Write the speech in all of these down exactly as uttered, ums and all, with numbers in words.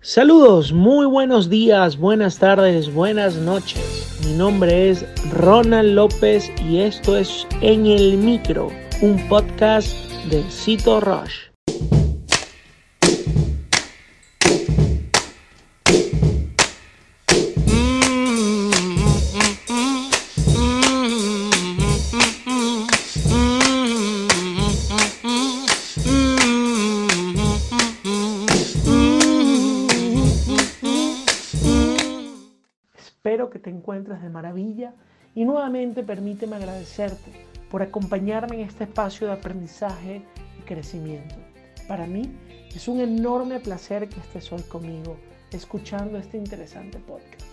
Saludos, muy buenos días, buenas tardes, buenas noches. Mi nombre es Ronald López y esto es En el Micro, un podcast de Cito Rush. Espero que te encuentres de maravilla y nuevamente permíteme agradecerte por acompañarme en este espacio de aprendizaje y crecimiento. Para mí es un enorme placer que estés hoy conmigo escuchando este interesante podcast.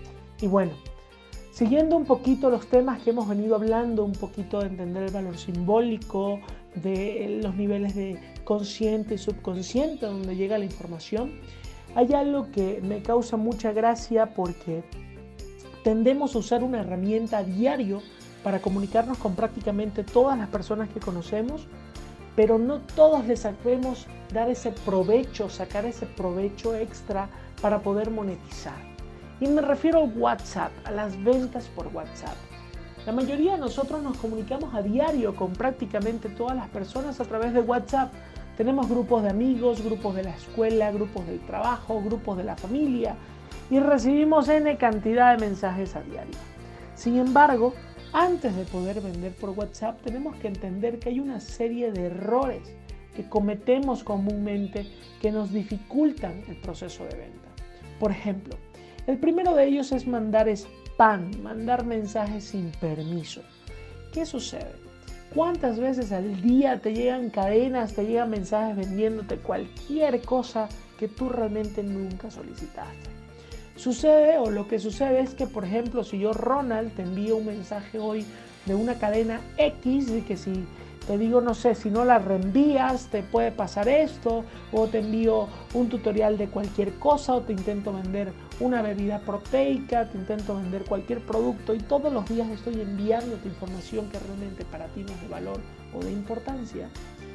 Y bueno, siguiendo un poquito los temas que hemos venido hablando, un poquito de entender el valor simbólico, de los niveles de consciente y subconsciente donde llega la información, hay algo que me causa mucha gracia porque tendemos a usar una herramienta a diario para comunicarnos con prácticamente todas las personas que conocemos, pero no todos les sabemos dar ese provecho, sacar ese provecho extra para poder monetizar. Y me refiero al WhatsApp, a las ventas por WhatsApp. La mayoría de nosotros nos comunicamos a diario con prácticamente todas las personas a través de WhatsApp. Tenemos grupos de amigos, grupos de la escuela, grupos del trabajo, grupos de la familia, y recibimos N cantidad de mensajes a diario. Sin embargo, antes de poder vender por WhatsApp, tenemos que entender que hay una serie de errores que cometemos comúnmente que nos dificultan el proceso de venta. Por ejemplo, el primero de ellos es mandar spam, mandar mensajes sin permiso. ¿Qué sucede? ¿Cuántas veces al día te llegan cadenas, te llegan mensajes vendiéndote cualquier cosa que tú realmente nunca solicitaste? Sucede, o lo que sucede es que, por ejemplo, si yo, Ronald, te envío un mensaje hoy de una cadena X, de que si te digo, no sé, si no la reenvías, te puede pasar esto, o te envío un tutorial de cualquier cosa, o te intento vender una bebida proteica, te intento vender cualquier producto, y todos los días estoy enviándote información que realmente para ti no es de valor o de importancia.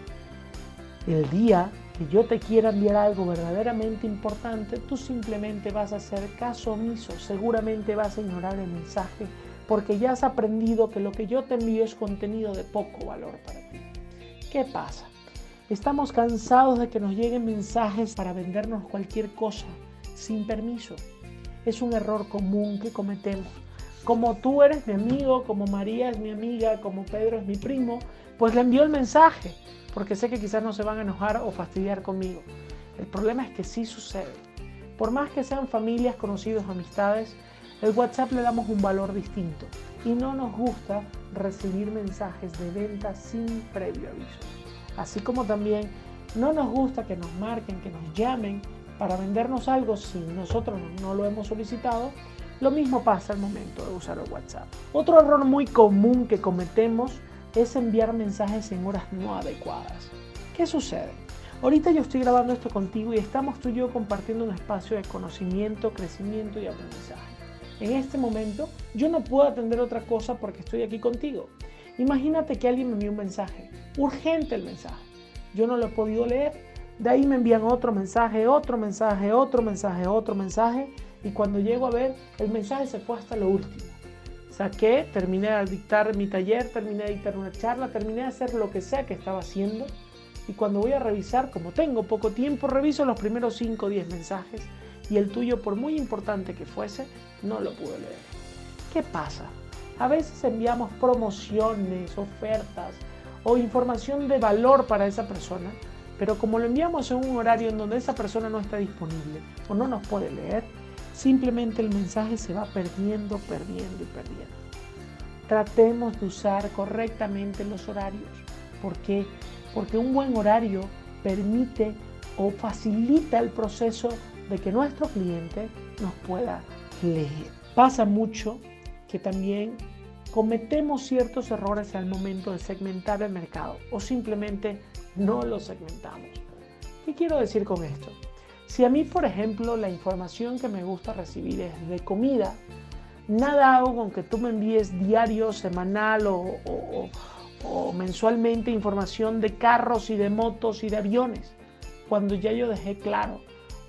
El día que yo te quiera enviar algo verdaderamente importante, tú simplemente vas a hacer caso omiso, seguramente vas a ignorar el mensaje porque ya has aprendido que lo que yo te envío es contenido de poco valor para ti. ¿Qué pasa? Estamos cansados de que nos lleguen mensajes para vendernos cualquier cosa sin permiso. Es un error común que cometemos. Como tú eres mi amigo, como María es mi amiga, como Pedro es mi primo, pues le envío el mensaje, porque sé que quizás no se van a enojar o fastidiar conmigo. El problema es que sí sucede. Por más que sean familias, conocidos, amistades, el WhatsApp le damos un valor distinto y no nos gusta recibir mensajes de venta sin previo aviso. Así como también no nos gusta que nos marquen, que nos llamen para vendernos algo si nosotros no lo hemos solicitado. Lo mismo pasa al momento de usar el WhatsApp. Otro error muy común que cometemos es enviar mensajes en horas no adecuadas. ¿Qué sucede? Ahorita yo estoy grabando esto contigo y estamos tú y yo compartiendo un espacio de conocimiento, crecimiento y aprendizaje. En este momento yo no puedo atender otra cosa porque estoy aquí contigo. Imagínate que alguien me envía un mensaje, urgente el mensaje. Yo no lo he podido leer, de ahí me envían otro mensaje, otro mensaje, otro mensaje, otro mensaje, y cuando llego a ver, el mensaje se fue hasta lo último. Saqué, terminé de dictar mi taller, terminé de dictar una charla, terminé de hacer lo que sea que estaba haciendo, y cuando voy a revisar, como tengo poco tiempo, reviso los primeros cinco o diez mensajes y el tuyo, por muy importante que fuese, no lo pude leer. ¿Qué pasa? A veces enviamos promociones, ofertas o información de valor para esa persona, pero como lo enviamos en un horario en donde esa persona no está disponible o no nos puede leer, simplemente el mensaje se va perdiendo, perdiendo y perdiendo. Tratemos de usar correctamente los horarios. ¿Por qué? Porque un buen horario permite o facilita el proceso de que nuestro cliente nos pueda leer. Pasa mucho que también cometemos ciertos errores al momento de segmentar el mercado o simplemente no lo segmentamos. ¿Qué quiero decir con esto? Si a mí, por ejemplo, la información que me gusta recibir es de comida, nada hago con que tú me envíes diario, semanal o, o, o mensualmente información de carros y de motos y de aviones, cuando ya yo dejé claro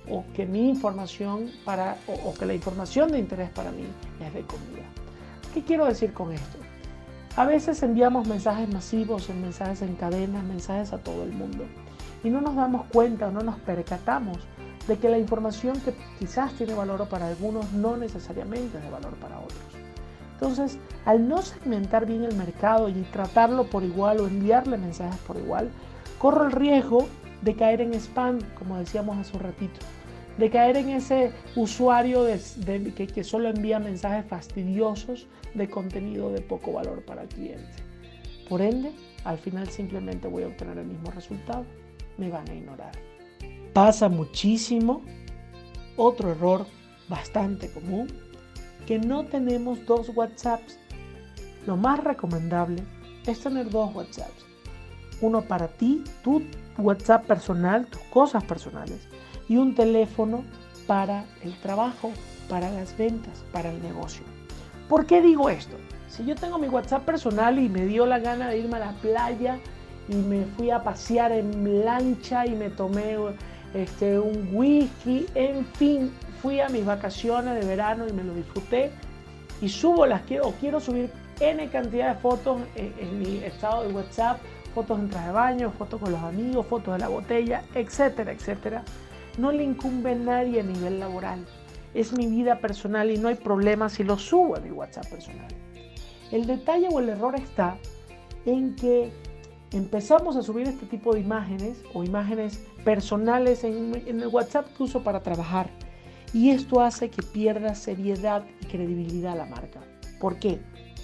o que mi información para, o, o que la información de interés para mí es de comida. ¿Qué quiero decir con esto? A veces enviamos mensajes masivos, mensajes en cadena, mensajes a todo el mundo y no nos damos cuenta o no nos percatamos de que la información que quizás tiene valor para algunos no necesariamente es de valor para otros. Entonces, al no segmentar bien el mercado y tratarlo por igual o enviarle mensajes por igual, corro el riesgo de caer en spam, como decíamos hace un ratito, de caer en ese usuario de, de, que, que solo envía mensajes fastidiosos de contenido de poco valor para el cliente. Por ende, al final simplemente voy a obtener el mismo resultado, me van a ignorar. Pasa muchísimo, otro error bastante común, que no tenemos dos WhatsApps. Lo más recomendable es tener dos WhatsApps. Uno para ti, tu WhatsApp personal, tus cosas personales, y un teléfono para el trabajo, para las ventas, para el negocio. ¿Por qué digo esto? Si yo tengo mi WhatsApp personal y me dio la gana de irme a la playa y me fui a pasear en lancha y me tomé este, un whisky, en fin, fui a mis vacaciones de verano y me lo disfruté y subo las quiero o quiero subir N cantidad de fotos en, en mi estado de WhatsApp, fotos en traje de baño, fotos con los amigos, fotos de la botella, etcétera, etcétera. No le incumbe a nadie a nivel laboral. Es mi vida personal y no hay problema si lo subo a mi WhatsApp personal. El detalle o el error está en que empezamos a subir este tipo de imágenes o imágenes personales en, en el WhatsApp que uso para trabajar. Y esto hace que pierda seriedad y credibilidad a la marca. ¿Por qué?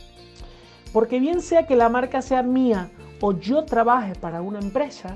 Porque bien sea que la marca sea mía o yo trabaje para una empresa,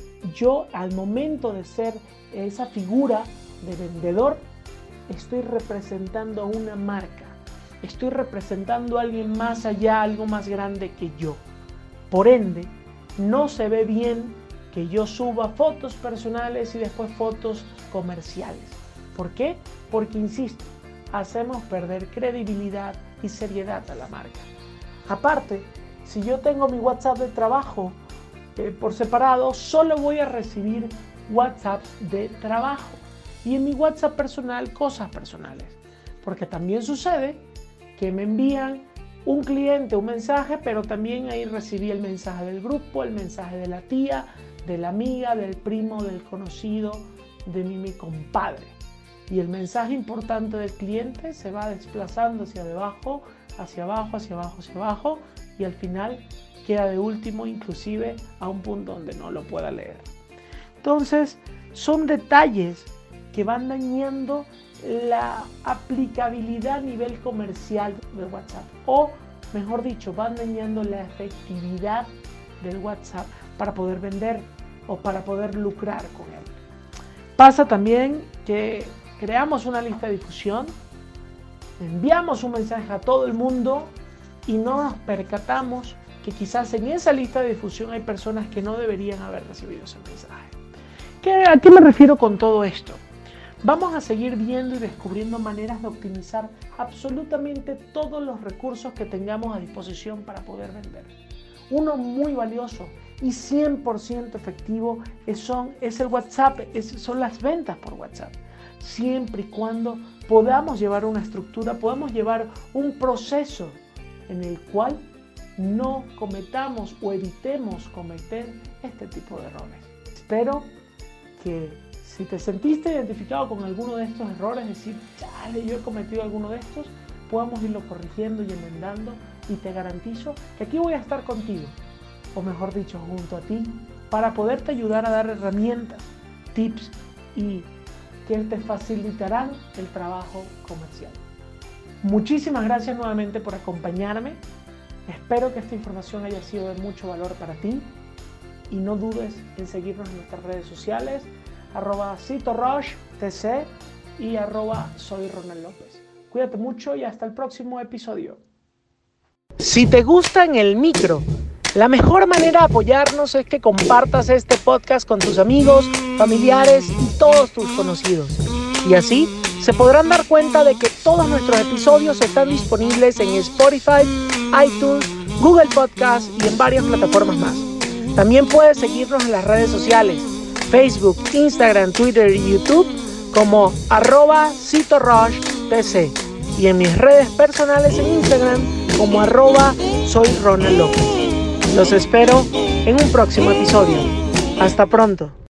yo al momento de ser esa figura de vendedor, estoy representando a una marca. Estoy representando a alguien más allá, algo más grande que yo. Por ende, no se ve bien que yo suba fotos personales y después fotos comerciales. ¿Por qué? Porque, insisto, hacemos perder credibilidad y seriedad a la marca. Aparte, si yo tengo mi WhatsApp de trabajo eh, por separado, solo voy a recibir WhatsApp de trabajo. Y en mi WhatsApp personal, cosas personales. Porque también sucede que me envían un cliente un mensaje, pero también ahí recibí el mensaje del grupo, el mensaje de la tía, de la amiga, del primo, del conocido, de mi, mi compadre. Y el mensaje importante del cliente se va desplazando hacia abajo, hacia abajo, hacia abajo, hacia abajo, y al final queda de último, inclusive a un punto donde no lo pueda leer. Entonces, son detalles que van dañando la aplicabilidad a nivel comercial de WhatsApp, o mejor dicho, van dañando la efectividad del WhatsApp para poder vender o para poder lucrar con él. Pasa también que creamos una lista de difusión, enviamos un mensaje a todo el mundo y no nos percatamos que quizás en esa lista de difusión hay personas que no deberían haber recibido ese mensaje. ¿Qué, ¿A qué me refiero con todo esto? Vamos a seguir viendo y descubriendo maneras de optimizar absolutamente todos los recursos que tengamos a disposición para poder vender. Uno muy valioso y cien por ciento efectivo es, son, es el WhatsApp, es, son las ventas por WhatsApp. Siempre y cuando podamos llevar una estructura, podamos llevar un proceso en el cual no cometamos o evitemos cometer este tipo de errores. Espero que si te sentiste identificado con alguno de estos errores, decir, chale, yo he cometido alguno de estos, podamos irlo corrigiendo y enmendando, y te garantizo que aquí voy a estar contigo, o mejor dicho, junto a ti, para poderte ayudar a dar herramientas, tips y que te facilitarán el trabajo comercial. Muchísimas gracias nuevamente por acompañarme. Espero que esta información haya sido de mucho valor para ti y no dudes en seguirnos en nuestras redes sociales, arroba CitoRushTC y arroba soy Ronald López. Cuídate mucho y hasta el próximo episodio. Si te gusta en el micro, la mejor manera de apoyarnos es que compartas este podcast con tus amigos, familiares y todos tus conocidos. Y así se podrán dar cuenta de que todos nuestros episodios están disponibles en Spotify, iTunes, Google Podcast y en varias plataformas más. También puedes seguirnos en las redes sociales, Facebook, Instagram, Twitter y YouTube como arroba CitoRushTC y en mis redes personales en Instagram como arroba soy Ronald López. Los espero en un próximo episodio. Hasta pronto.